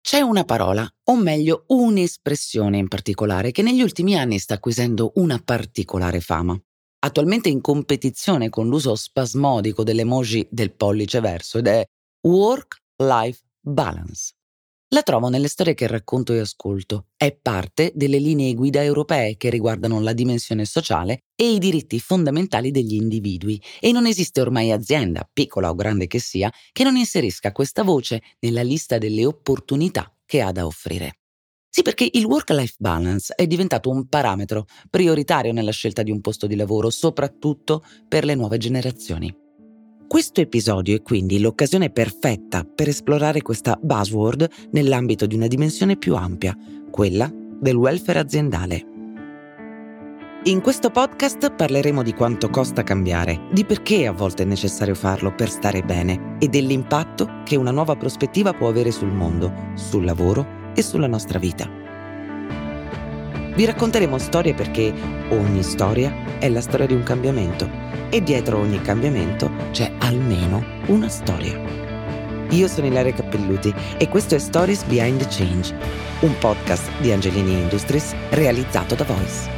C'è una parola, o meglio un'espressione in particolare, che negli ultimi anni sta acquisendo una particolare fama. Attualmente in competizione con l'uso spasmodico dell'emoji del pollice verso ed è work-life balance. La trovo nelle storie che racconto e ascolto. È parte delle linee guida europee che riguardano la dimensione sociale e i diritti fondamentali degli individui e non esiste ormai azienda, piccola o grande che sia, che non inserisca questa voce nella lista delle opportunità che ha da offrire. Sì, perché il work-life balance è diventato un parametro prioritario nella scelta di un posto di lavoro, soprattutto per le nuove generazioni. Questo episodio è quindi l'occasione perfetta per esplorare questa buzzword nell'ambito di una dimensione più ampia, quella del welfare aziendale. In questo podcast parleremo di quanto costa cambiare, di perché a volte è necessario farlo per stare bene e dell'impatto che una nuova prospettiva può avere sul mondo, sul lavoro e sulla nostra vita. Vi racconteremo storie perché ogni storia è la storia di un cambiamento e dietro ogni cambiamento c'è almeno una storia. Io sono Ilaria Cappelluti e questo è Stories Behind the Change, un podcast di Angelini Industries realizzato da Voice.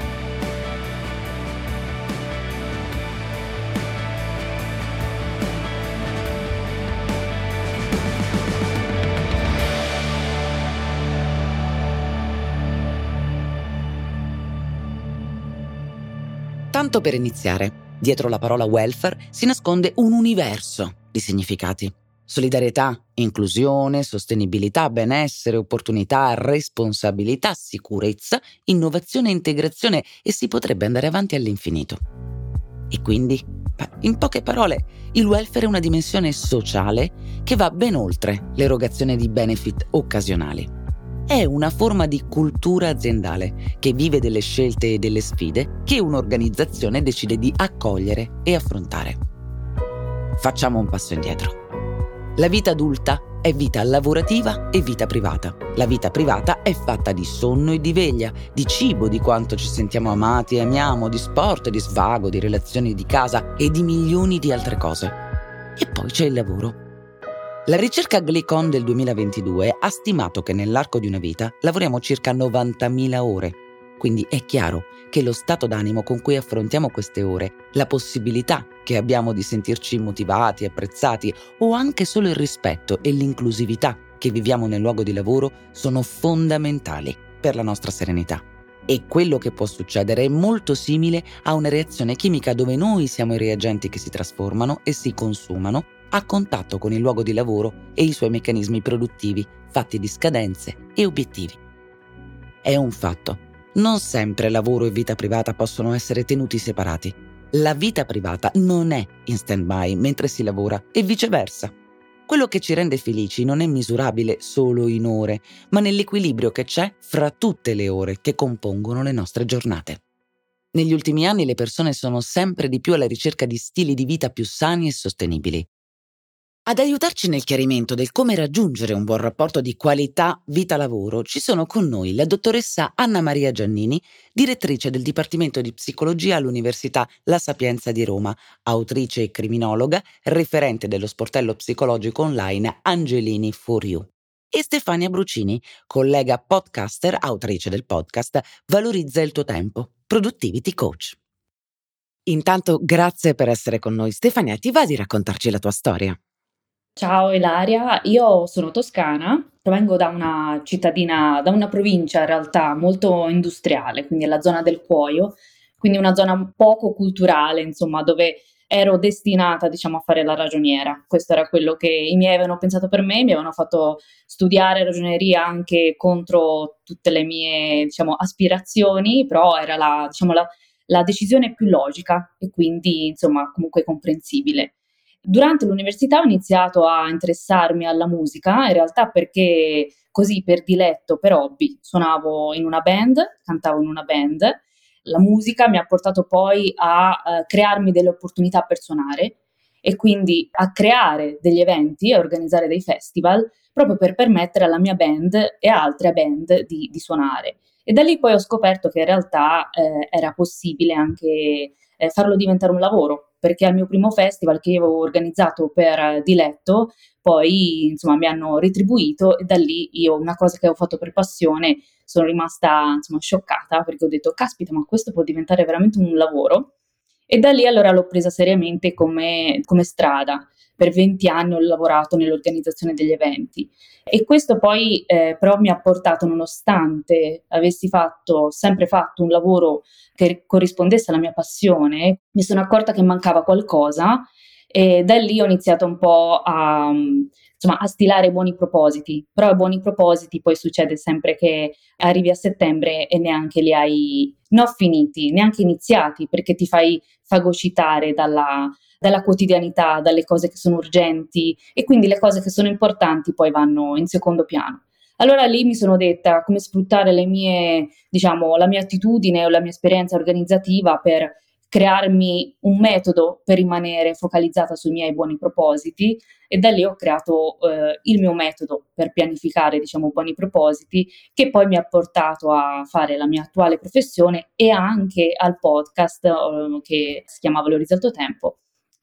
Tanto per iniziare, dietro la parola welfare si nasconde un universo di significati. Solidarietà, inclusione, sostenibilità, benessere, opportunità, responsabilità, sicurezza, innovazione e integrazione e si potrebbe andare avanti all'infinito. E quindi, in poche parole, il welfare è una dimensione sociale che va ben oltre l'erogazione di benefit occasionali. È una forma di cultura aziendale che vive delle scelte e delle sfide che un'organizzazione decide di accogliere e affrontare. Facciamo un passo indietro. La vita adulta è vita lavorativa e vita privata. La vita privata è fatta di sonno e di veglia, di cibo, di quanto ci sentiamo amati e amiamo, di sport, di svago, di relazioni di casa e di milioni di altre cose. E poi c'è il lavoro. La ricerca Glicon del 2022 ha stimato che nell'arco di una vita lavoriamo circa 90.000 ore. Quindi è chiaro che lo stato d'animo con cui affrontiamo queste ore, la possibilità che abbiamo di sentirci motivati, apprezzati o anche solo il rispetto e l'inclusività che viviamo nel luogo di lavoro sono fondamentali per la nostra serenità. E quello che può succedere è molto simile a una reazione chimica dove noi siamo i reagenti che si trasformano e si consumano a contatto con il luogo di lavoro e i suoi meccanismi produttivi, fatti di scadenze e obiettivi. È un fatto. Non sempre lavoro e vita privata possono essere tenuti separati. La vita privata non è in stand-by mentre si lavora e viceversa. Quello che ci rende felici non è misurabile solo in ore, ma nell'equilibrio che c'è fra tutte le ore che compongono le nostre giornate. Negli ultimi anni le persone sono sempre di più alla ricerca di stili di vita più sani e sostenibili. Ad aiutarci nel chiarimento del come raggiungere un buon rapporto di qualità vita-lavoro ci sono con noi la dottoressa Anna Maria Giannini, direttrice del Dipartimento di Psicologia all'Università La Sapienza di Roma, autrice e criminologa, referente dello sportello psicologico online Angelini for You, e Stefania Brucini, collega podcaster, autrice del podcast Valorizza il tuo tempo, Productivity Coach. Intanto grazie per essere con noi. Stefania, ti va di raccontarci la tua storia? Ciao Ilaria, io sono toscana, provengo da una cittadina, da una provincia in realtà molto industriale, quindi la zona del Cuoio, quindi una zona poco culturale, insomma, dove ero destinata, diciamo, a fare la ragioniera. Questo era quello che i miei avevano pensato per me, mi avevano fatto studiare ragioneria anche contro tutte le mie, diciamo, aspirazioni, però era la decisione più logica e quindi, insomma, comunque comprensibile. Durante l'università ho iniziato a interessarmi alla musica, in realtà perché così per diletto, per hobby, suonavo in una band, cantavo in una band. La musica mi ha portato poi a crearmi delle opportunità per suonare e quindi a creare degli eventi, a organizzare dei festival, proprio per permettere alla mia band e a altre band di suonare. E da lì poi ho scoperto che in realtà era possibile anche farlo diventare un lavoro, perché al mio primo festival che io avevo organizzato per Diletto, poi insomma mi hanno retribuito e da lì io una cosa che avevo fatto per passione sono rimasta insomma scioccata perché ho detto caspita, ma questo può diventare veramente un lavoro. E da lì allora l'ho presa seriamente come strada. Per 20 anni ho lavorato nell'organizzazione degli eventi e questo poi però mi ha portato, nonostante avessi sempre fatto un lavoro che corrispondesse alla mia passione, mi sono accorta che mancava qualcosa e da lì ho iniziato un po' insomma, a stilare buoni propositi, però i buoni propositi poi succede sempre che arrivi a settembre e neanche li hai non finiti, neanche iniziati, perché ti fai fagocitare dalla quotidianità, dalle cose che sono urgenti e quindi le cose che sono importanti poi vanno in secondo piano. Allora lì mi sono detta come sfruttare diciamo, la mia attitudine o la mia esperienza organizzativa per crearmi un metodo per rimanere focalizzata sui miei buoni propositi e da lì ho creato il mio metodo per pianificare, diciamo, buoni propositi che poi mi ha portato a fare la mia attuale professione e anche al podcast che si chiama Valorizza il tuo tempo.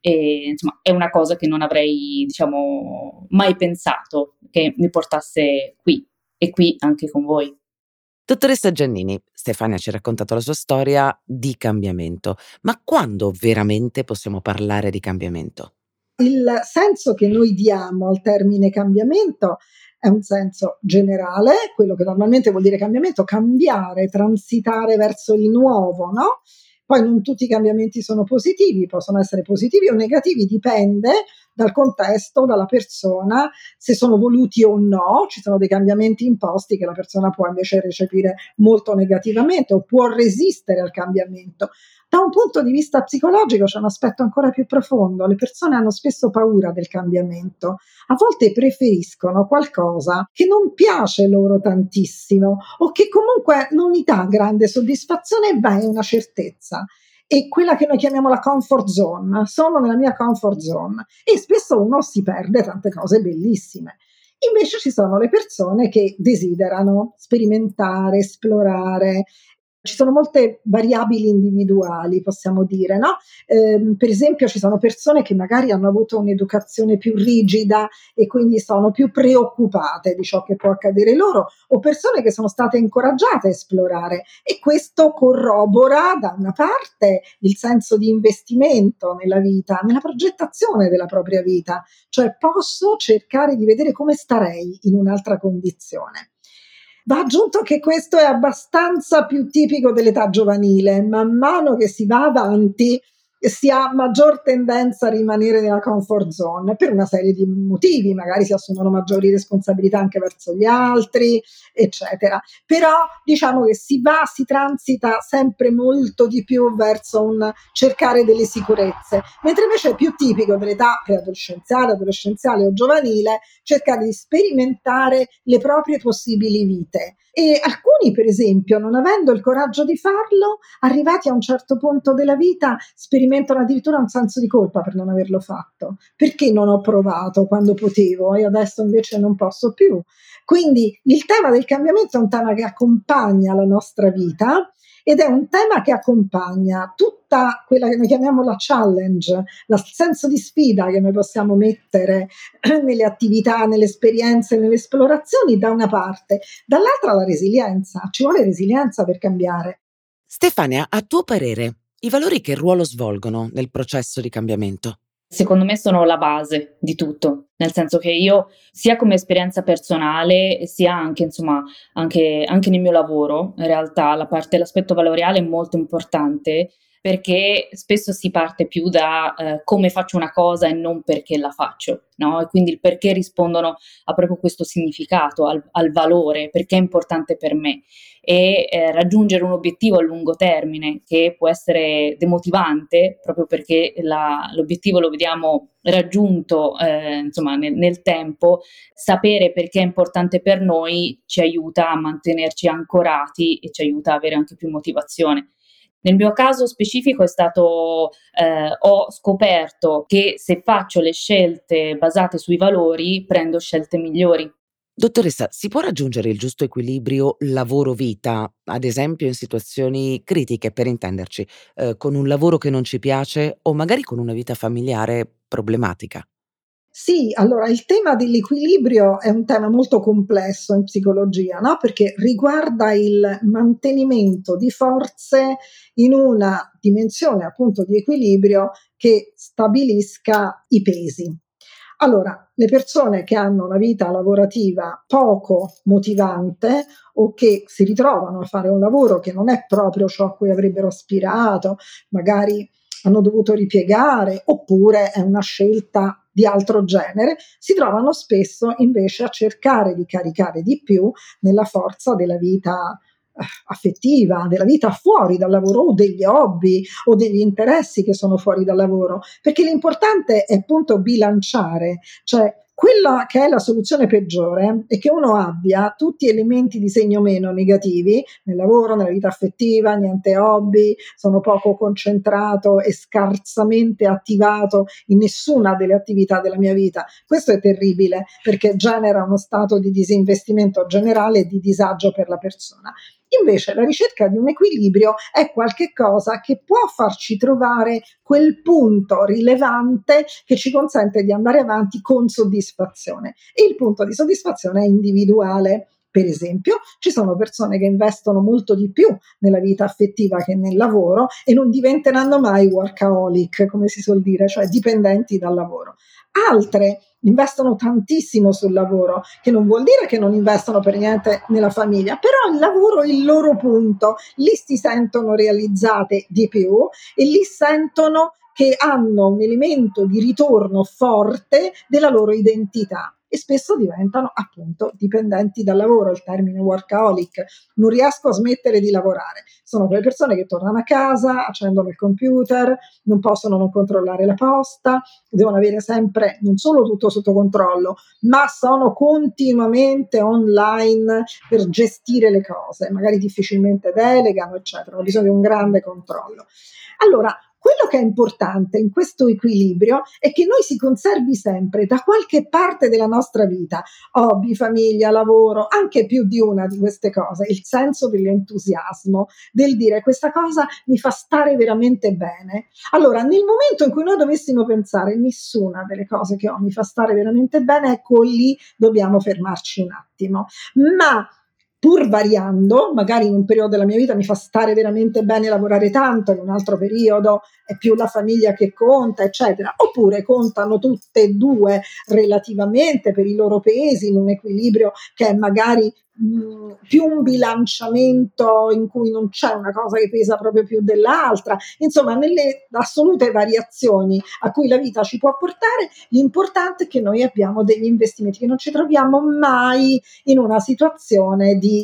E insomma, è una cosa che non avrei, diciamo, mai pensato che mi portasse qui e qui anche con voi. Dottoressa Giannini, Stefania ci ha raccontato la sua storia di cambiamento, ma quando veramente possiamo parlare di cambiamento? Il senso che noi diamo al termine cambiamento è un senso generale, quello che normalmente vuol dire cambiamento, cambiare, transitare verso il nuovo, no? Poi non tutti i cambiamenti sono positivi, possono essere positivi o negativi, dipende dal contesto, dalla persona, se sono voluti o no. Ci sono dei cambiamenti imposti che la persona può invece recepire molto negativamente o può resistere al cambiamento. Da un punto di vista psicologico c'è un aspetto ancora più profondo. Le persone hanno spesso paura del cambiamento, a volte preferiscono qualcosa che non piace loro tantissimo o che comunque non gli dà grande soddisfazione, è una certezza. E quella che noi chiamiamo la comfort zone, sono nella mia comfort zone e spesso uno si perde tante cose bellissime. Invece ci sono le persone che desiderano sperimentare, esplorare. Ci sono molte variabili individuali, possiamo dire, no? Per esempio ci sono persone che magari hanno avuto un'educazione più rigida e quindi sono più preoccupate di ciò che può accadere loro, o persone che sono state incoraggiate a esplorare e questo corrobora da una parte il senso di investimento nella vita, nella progettazione della propria vita, cioè posso cercare di vedere come starei in un'altra condizione. Va aggiunto che questo è abbastanza più tipico dell'età giovanile, man mano che si va avanti si ha maggior tendenza a rimanere nella comfort zone per una serie di motivi, magari si assumono maggiori responsabilità anche verso gli altri, eccetera. Però diciamo che si transita sempre molto di più verso un cercare delle sicurezze, mentre invece è più tipico dell'età preadolescenziale, adolescenziale o giovanile cercare di sperimentare le proprie possibili vite. E alcuni, per esempio, non avendo il coraggio di farlo, arrivati a un certo punto della vita, sperimentano addirittura un senso di colpa per non averlo fatto. Perché non ho provato quando potevo e adesso invece non posso più? Quindi il tema del cambiamento è un tema che accompagna la nostra vita ed è un tema che accompagna tutta quella che noi chiamiamo la challenge, il senso di sfida che noi possiamo mettere nelle attività, nelle esperienze, nelle esplorazioni da una parte, dall'altra la resilienza, ci vuole resilienza per cambiare. Stefania, a tuo parere, i valori che ruolo svolgono nel processo di cambiamento? Secondo me sono la base di tutto, nel senso che io sia come esperienza personale sia anche insomma anche nel mio lavoro, in realtà l'aspetto valoriale è molto importante perché spesso si parte più da come faccio una cosa e non perché la faccio, no? E quindi il perché rispondono a proprio questo significato, al valore, perché è importante per me e raggiungere un obiettivo a lungo termine che può essere demotivante proprio perché l'obiettivo lo vediamo raggiunto insomma nel tempo, sapere perché è importante per noi ci aiuta a mantenerci ancorati e ci aiuta a avere anche più motivazione. Nel mio caso specifico ho scoperto che se faccio le scelte basate sui valori prendo scelte migliori. Dottoressa, si può raggiungere il giusto equilibrio lavoro-vita, ad esempio in situazioni critiche, per intenderci, con un lavoro che non ci piace o magari con una vita familiare problematica? Sì, allora il tema dell'equilibrio è un tema molto complesso in psicologia, no? Perché riguarda il mantenimento di forze in una dimensione appunto di equilibrio che stabilisca i pesi. Allora, le persone che hanno una vita lavorativa poco motivante o che si ritrovano a fare un lavoro che non è proprio ciò a cui avrebbero aspirato, magari hanno dovuto ripiegare oppure è una scelta di altro genere, si trovano spesso invece a cercare di caricare di più nella forza della vita affettiva, della vita fuori dal lavoro o degli hobby o degli interessi che sono fuori dal lavoro, perché l'importante è appunto bilanciare, cioè quella che è la soluzione peggiore è che uno abbia tutti elementi di segno meno negativi nel lavoro, nella vita affettiva, niente hobby, sono poco concentrato e scarsamente attivato in nessuna delle attività della mia vita. Questo è terribile perché genera uno stato di disinvestimento generale e di disagio per la persona. Invece la ricerca di un equilibrio è qualcosa che può farci trovare quel punto rilevante che ci consente di andare avanti con soddisfazione. E il punto di soddisfazione è individuale. Per esempio, ci sono persone che investono molto di più nella vita affettiva che nel lavoro e non diventeranno mai workaholic, come si suol dire, cioè dipendenti dal lavoro. Altre investono tantissimo sul lavoro, che non vuol dire che non investono per niente nella famiglia, però il lavoro è il loro punto, lì si sentono realizzate di più e lì sentono che hanno un elemento di ritorno forte della loro identità e spesso diventano appunto dipendenti dal lavoro, il termine workaholic, non riesco a smettere di lavorare. Sono quelle persone che tornano a casa, accendono il computer, non possono non controllare la posta, devono avere sempre non solo tutto sotto controllo, ma sono continuamente online per gestire le cose, magari difficilmente delegano, eccetera, hanno bisogno di un grande controllo. Allora, quello che è importante in questo equilibrio è che noi si conservi sempre da qualche parte della nostra vita, hobby, famiglia, lavoro, anche più di una di queste cose, il senso dell'entusiasmo, del dire questa cosa mi fa stare veramente bene. Allora, nel momento in cui noi dovessimo pensare nessuna delle cose che ho mi fa stare veramente bene, ecco lì dobbiamo fermarci un attimo. Ma pur variando, magari in un periodo della mia vita mi fa stare veramente bene lavorare tanto, in un altro periodo è più la famiglia che conta, eccetera, oppure contano tutte e due relativamente per i loro pesi, in un equilibrio che è magari più un bilanciamento in cui non c'è una cosa che pesa proprio più dell'altra, insomma nelle assolute variazioni a cui la vita ci può portare, l'importante è che noi abbiamo degli investimenti, che non ci troviamo mai in una situazione di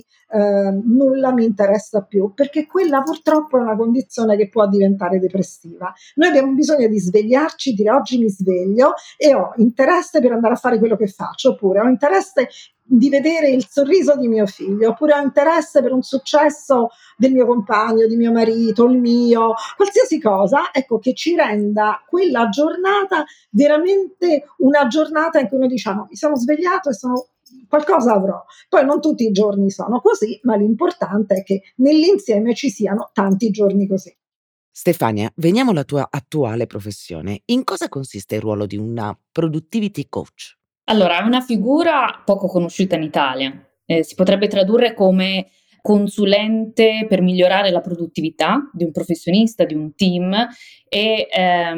nulla mi interessa più, perché quella purtroppo è una condizione che può diventare depressiva. Noi abbiamo bisogno di svegliarci, dire oggi mi sveglio e ho interesse per andare a fare quello che faccio, oppure ho interesse di vedere il sorriso di mio figlio, oppure ho interesse per un successo del mio compagno, di mio marito, il mio, qualsiasi cosa, ecco, che ci renda quella giornata veramente una giornata in cui noi diciamo mi sono svegliato e sono qualcosa avrò. Poi non tutti i giorni sono così, ma l'importante è che nell'insieme ci siano tanti giorni così. Stefania, veniamo alla tua attuale professione. In cosa consiste il ruolo di una productivity coach? Allora, è una figura poco conosciuta in Italia. Si potrebbe tradurre come consulente per migliorare la produttività di un professionista, di un team e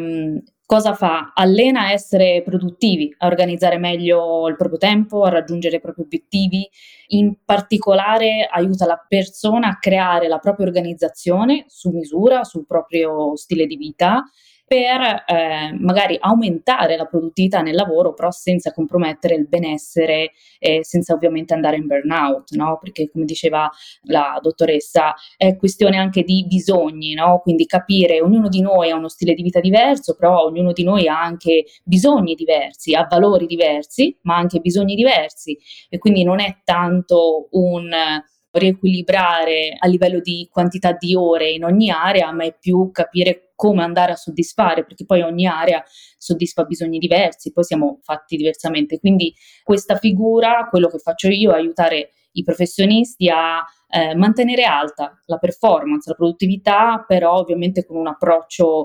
cosa fa? Allena a essere produttivi, a organizzare meglio il proprio tempo, a raggiungere i propri obiettivi. In particolare aiuta la persona a creare la propria organizzazione su misura, sul proprio stile di vita per magari aumentare la produttività nel lavoro, però senza compromettere il benessere e senza ovviamente andare in burnout, no? Perché come diceva la dottoressa, è questione anche di bisogni, no? Quindi capire, ognuno di noi ha uno stile di vita diverso, però ognuno di noi ha anche bisogni diversi, ha valori diversi, ma anche bisogni diversi e quindi non è tanto un riequilibrare a livello di quantità di ore in ogni area, ma è più capire come andare a soddisfare, perché poi ogni area soddisfa bisogni diversi, poi siamo fatti diversamente. Quindi questa figura, quello che faccio io, è aiutare i professionisti a mantenere alta la performance, la produttività, però ovviamente con un approccio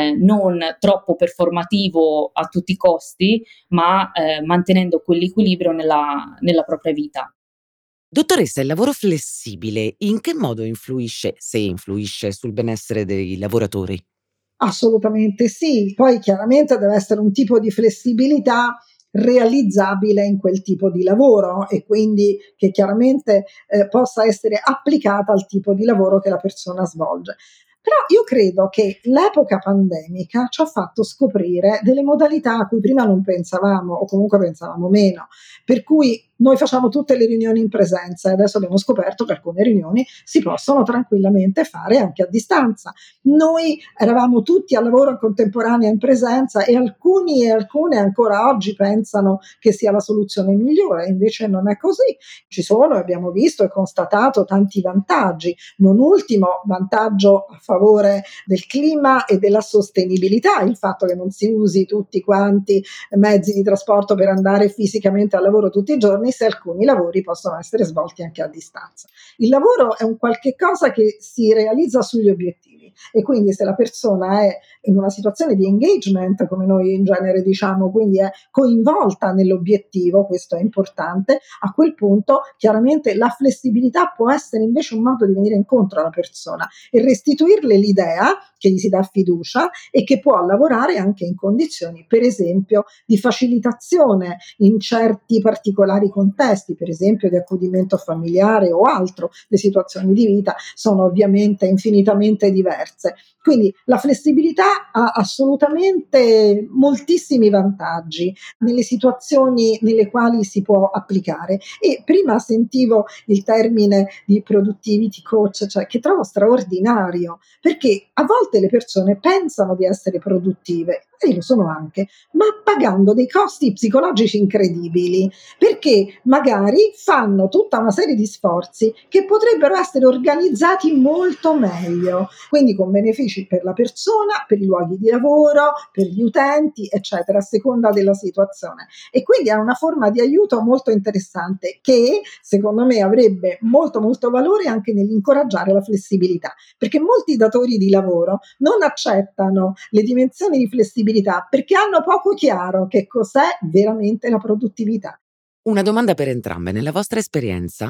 non troppo performativo a tutti i costi, ma mantenendo quell'equilibrio nella propria vita. Dottoressa, il lavoro flessibile in che modo influisce, se influisce, sul benessere dei lavoratori? Assolutamente sì. Poi chiaramente deve essere un tipo di flessibilità realizzabile in quel tipo di lavoro e quindi che chiaramente possa essere applicata al tipo di lavoro che la persona svolge. Però io credo che l'epoca pandemica ci ha fatto scoprire delle modalità a cui prima non pensavamo o comunque pensavamo meno, per cui noi facciamo tutte le riunioni in presenza e adesso abbiamo scoperto che alcune riunioni si possono tranquillamente fare anche a distanza. Noi eravamo tutti al lavoro in contemporanea in presenza e alcuni e alcune ancora oggi pensano che sia la soluzione migliore, invece non è così. Ci sono, abbiamo visto e constatato tanti vantaggi, non ultimo vantaggio a favore del clima e della sostenibilità, il fatto che non si usi tutti quanti mezzi di trasporto per andare fisicamente al lavoro tutti i giorni, se alcuni lavori possono essere svolti anche a distanza. Il lavoro è un qualche cosa che si realizza sugli obiettivi e quindi se la persona è in una situazione di engagement, come noi in genere diciamo, quindi è coinvolta nell'obiettivo, questo è importante, a quel punto chiaramente la flessibilità può essere invece un modo di venire incontro alla persona e restituirle l'idea che gli si dà fiducia e che può lavorare anche in condizioni, per esempio, di facilitazione in certi particolari contesti, per esempio di accudimento familiare o altro. Le situazioni di vita sono ovviamente infinitamente diverse. Quindi la flessibilità ha assolutamente moltissimi vantaggi nelle situazioni nelle quali si può applicare. E prima sentivo il termine di productivity coach, cioè, che trovo straordinario, perché a volte le persone pensano di essere produttive, e lo sono anche, ma pagando dei costi psicologici incredibili, perché magari fanno tutta una serie di sforzi che potrebbero essere organizzati molto meglio, quindi con benefici per la persona, per i luoghi di lavoro, per gli utenti, eccetera, a seconda della situazione. E quindi è una forma di aiuto molto interessante che secondo me avrebbe molto molto valore anche nell'incoraggiare la flessibilità, perché molti datori di lavoro non accettano le dimensioni di flessibilità perché hanno poco chiaro che cos'è veramente la produttività. Una domanda per entrambe. Nella vostra esperienza,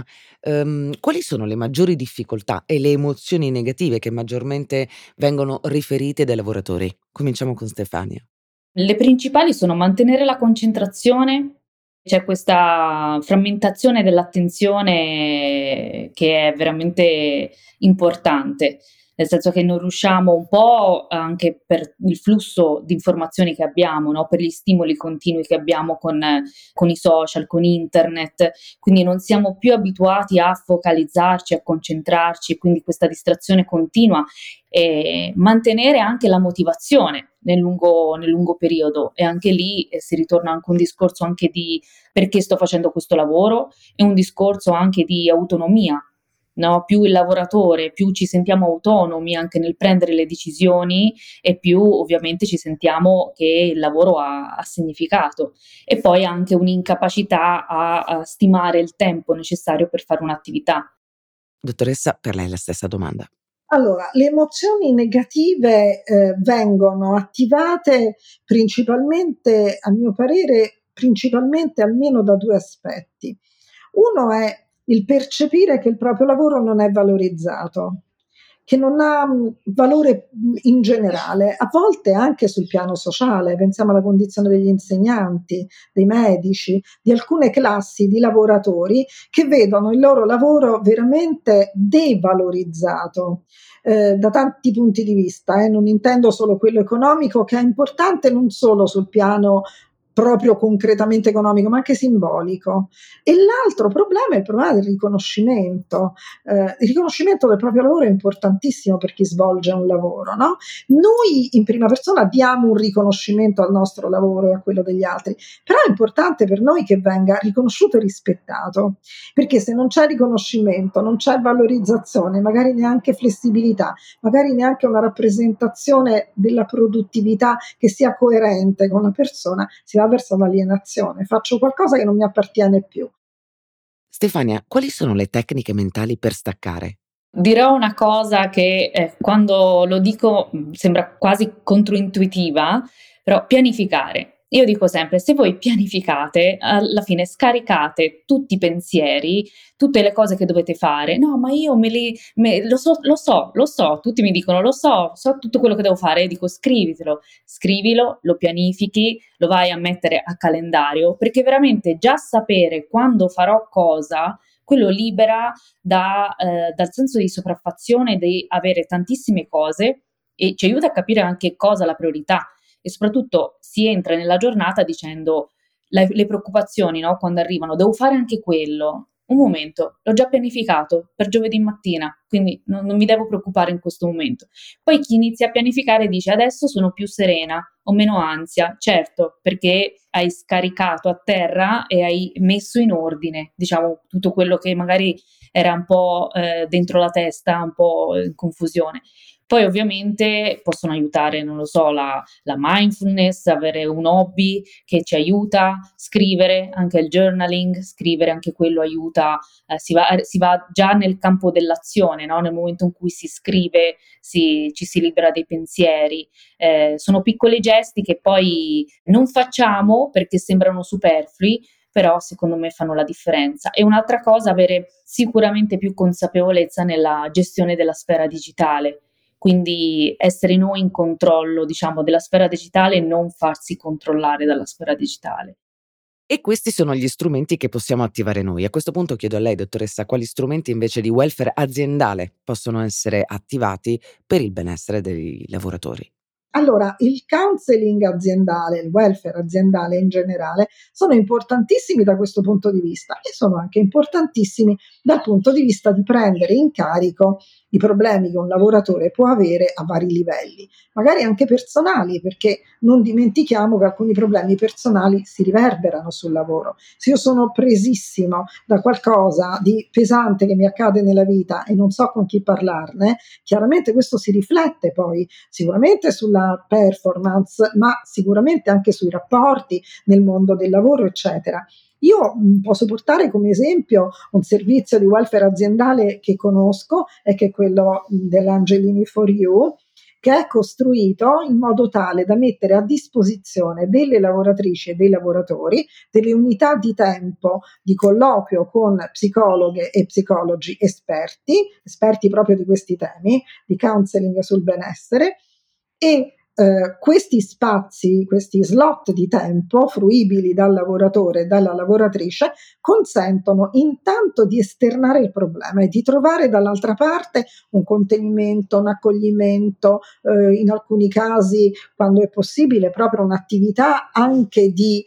quali sono le maggiori difficoltà e le emozioni negative che maggiormente vengono riferite dai lavoratori? Cominciamo con Stefania. Le principali sono mantenere la concentrazione, c'è questa frammentazione dell'attenzione che è veramente importante, nel senso che non riusciamo un po' anche per il flusso di informazioni che abbiamo, no, per gli stimoli continui che abbiamo con i social, con internet, quindi non siamo più abituati a focalizzarci, a concentrarci, quindi questa distrazione continua e mantenere anche la motivazione nel lungo periodo e anche lì si ritorna anche a un discorso anche di perché sto facendo questo lavoro e un discorso anche di autonomia. No? Più il lavoratore, più ci sentiamo autonomi anche nel prendere le decisioni e più ovviamente ci sentiamo che il lavoro ha significato e poi anche un'incapacità a stimare il tempo necessario per fare un'attività. Dottoressa, per lei la stessa domanda. Allora, le emozioni negative vengono attivate principalmente, a mio parere, principalmente almeno da due aspetti. Uno è il percepire che il proprio lavoro non è valorizzato, che non ha valore in generale, a volte anche sul piano sociale, pensiamo alla condizione degli insegnanti, dei medici, di alcune classi di lavoratori che vedono il loro lavoro veramente devalorizzato. Da tanti punti di vista, non intendo solo quello economico, che è importante non solo sul piano proprio concretamente economico, ma anche simbolico. E l'altro problema è il problema del riconoscimento. Il riconoscimento del proprio lavoro è importantissimo per chi svolge un lavoro, no? Noi in prima persona diamo un riconoscimento al nostro lavoro e a quello degli altri, però è importante per noi che venga riconosciuto e rispettato, perché se non c'è riconoscimento, non c'è valorizzazione, magari neanche flessibilità, magari neanche una rappresentazione della produttività che sia coerente con la persona, si va verso l'alienazione, faccio qualcosa che non mi appartiene più. Stefania, quali sono le tecniche mentali per staccare? Dirò una cosa che quando lo dico sembra quasi controintuitiva, però pianificare. Io dico sempre, se voi pianificate, alla fine scaricate tutti i pensieri, tutte le cose che dovete fare. No, ma io lo so, tutti mi dicono so tutto quello che devo fare. Io dico scrivilo, lo pianifichi, lo vai a mettere a calendario, perché veramente già sapere quando farò cosa, quello libera dal senso di sopraffazione di avere tantissime cose e ci aiuta a capire anche cosa è la priorità e soprattutto si entra nella giornata dicendo le preoccupazioni, no? Quando arrivano, devo fare anche quello. Un momento, l'ho già pianificato per giovedì mattina, quindi non mi devo preoccupare in questo momento. Poi chi inizia a pianificare dice adesso sono più serena, ho meno ansia, certo, perché hai scaricato a terra e hai messo in ordine, diciamo, tutto quello che magari era un po' dentro la testa, un po' in confusione. Poi ovviamente possono aiutare, non lo so, la mindfulness, avere un hobby che ci aiuta, scrivere, anche il journaling, scrivere anche quello aiuta, si va già nel campo dell'azione, no? Nel momento in cui si scrive ci si libera dei pensieri. Sono piccoli gesti che poi non facciamo perché sembrano superflui, però secondo me fanno la differenza. E un'altra cosa, avere sicuramente più consapevolezza nella gestione della sfera digitale, quindi essere noi in controllo, diciamo, della sfera digitale e non farsi controllare dalla sfera digitale. E questi sono gli strumenti che possiamo attivare noi. A questo punto chiedo a lei, dottoressa, quali strumenti invece di welfare aziendale possono essere attivati per il benessere dei lavoratori? Allora, il counseling aziendale, il welfare aziendale in generale, sono importantissimi da questo punto di vista e sono anche importantissimi dal punto di vista di prendere in carico i problemi che un lavoratore può avere a vari livelli, magari anche personali, perché non dimentichiamo che alcuni problemi personali si riverberano sul lavoro. Se io sono presissimo da qualcosa di pesante che mi accade nella vita e non so con chi parlarne, chiaramente questo si riflette poi sicuramente sulla performance, ma sicuramente anche sui rapporti nel mondo del lavoro, eccetera. Io posso portare come esempio un servizio di welfare aziendale che conosco e che è quello dell'Angelini for You, che è costruito in modo tale da mettere a disposizione delle lavoratrici e dei lavoratori delle unità di tempo di colloquio con psicologhe e psicologi esperti proprio di questi temi, di counseling sul benessere, e questi spazi, questi slot di tempo fruibili dal lavoratore e dalla lavoratrice consentono intanto di esternare il problema e di trovare dall'altra parte un contenimento, un accoglimento, in alcuni casi, quando è possibile, proprio un'attività anche di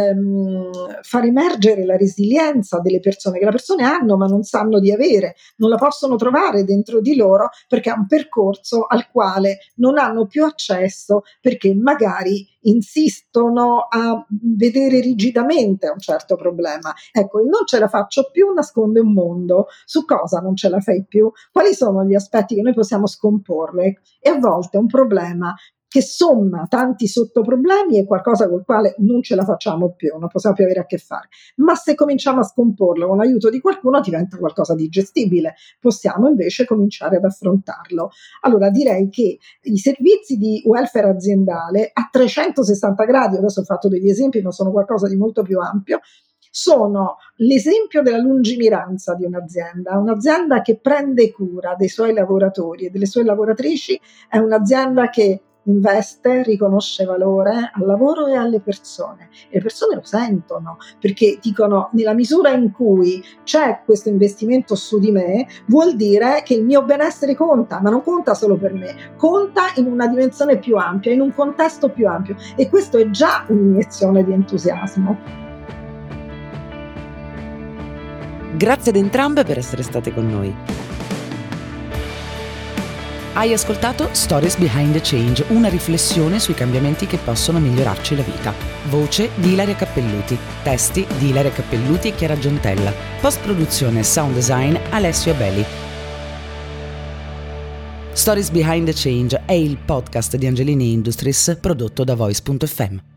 far emergere la resilienza delle persone, che le persone hanno ma non sanno di avere, non la possono trovare dentro di loro perché è un percorso al quale non hanno più accesso perché magari insistono a vedere rigidamente un certo problema. Ecco, il non ce la faccio più nasconde un mondo. Su cosa non ce la fai più? Quali sono gli aspetti che noi possiamo scomporre? E a volte un problema che somma tanti sottoproblemi è qualcosa col quale non ce la facciamo più, non possiamo più avere a che fare. Ma se cominciamo a scomporlo con l'aiuto di qualcuno diventa qualcosa di gestibile, possiamo invece cominciare ad affrontarlo. Allora direi che i servizi di welfare aziendale a 360 gradi, adesso ho fatto degli esempi ma sono qualcosa di molto più ampio, sono l'esempio della lungimiranza di un'azienda che prende cura dei suoi lavoratori e delle sue lavoratrici, è un'azienda che investe, riconosce valore al lavoro e alle persone. E le persone lo sentono, perché dicono: nella misura in cui c'è questo investimento su di me, vuol dire che il mio benessere conta, ma non conta solo per me, conta in una dimensione più ampia, in un contesto più ampio, e questo è già un'iniezione di entusiasmo. Grazie ad entrambe per essere state con noi. Hai ascoltato Stories Behind the Change, una riflessione sui cambiamenti che possono migliorarci la vita. Voce di Ilaria Cappelluti, testi di Ilaria Cappelluti e Chiara Giantella, post-produzione e sound design Alessio Abeli. Stories Behind the Change è il podcast di Angelini Industries prodotto da Voice.fm.